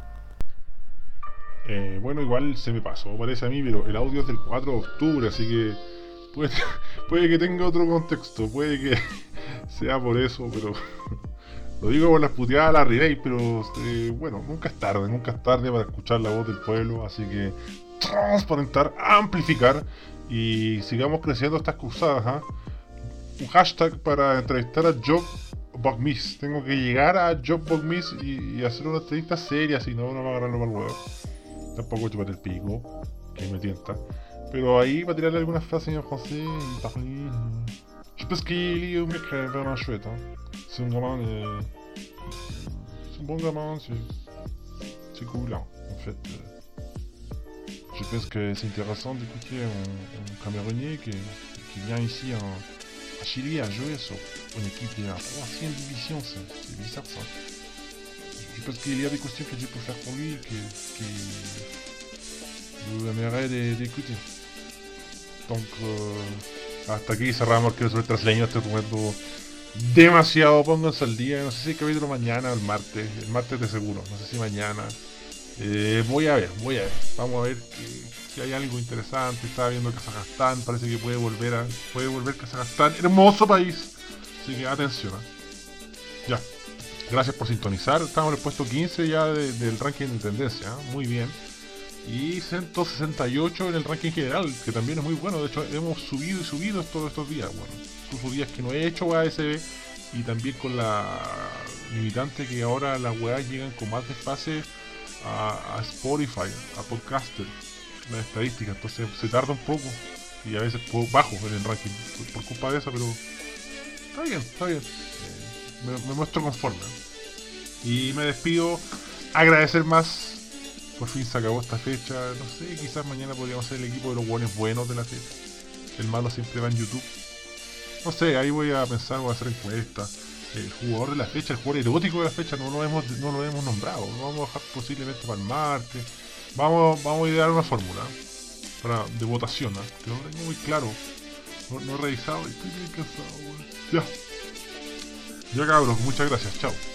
Speaker 3: Bueno, igual se me pasó, parece a mí, pero el audio es del 4 de octubre, así que puede que tenga otro contexto, puede que sea por eso, pero lo digo por las puteadas a la Ribey, pero bueno, nunca es tarde para escuchar la voz del pueblo, así que transparentar, amplificar y sigamos creciendo estas cruzadas. Un hashtag para entrevistar a Job Bogmis. Tengo que llegar a Job Bogmis y hacer una entrevista seria, si no, no va a agarrarlo para el huevo. Tampoco chupar el pico, que me tienta. Pero ahí va a tirarle algunas frases, señor José, en Paris. Je pense qu'il est un mec vraiment chouette. C'est un gamin, c'est un bon gamin, c'est cool, en fait. Je pense que c'est intéressant d'écouter un Camerounais qui vient ici à Chili à jouer sur une équipe de la 3e division, c'est bizarre ça. Je pense qu'il y a des questions que je peux faire pour lui que vous aimeriez d'écouter. Donc, hasta aquí cerramos que sobre brasileño estoy comiendo demasiado, pónganse al día, no sé si el capítulo mañana o el martes de seguro, no sé si mañana. Voy a ver, vamos a ver si hay algo interesante. Estaba viendo Kazajstán, parece que puede volver Kazajstán, hermoso país, así que atención. Ya, gracias por sintonizar, estamos en el puesto 15 ya del ranking de tendencia, muy bien. Y 168 en el ranking general, que también es muy bueno. De hecho, hemos subido todos estos días. Bueno, incluso días que no he hecho ASB. Y también con la limitante que ahora las weas llegan con más desfase a Spotify, a Podcaster, la estadística. Entonces se tarda un poco. Y a veces bajo en el ranking por culpa de eso, pero está bien. Me muestro conforme. Y me despido. Agradecer más. Por fin se acabó esta fecha, no sé, quizás mañana podríamos ser el equipo de los buenos buenos de la fecha. El malo siempre va en YouTube. No sé, ahí voy a pensar, voy a hacer encuestas. El jugador de la fecha, el jugador erótico de la fecha, no lo hemos nombrado. Lo vamos a dejar posiblemente para el martes. Vamos a idear una fórmula de votación, que no lo tengo muy claro. No he revisado y estoy bien cansado. Ya cabros, muchas gracias, chao.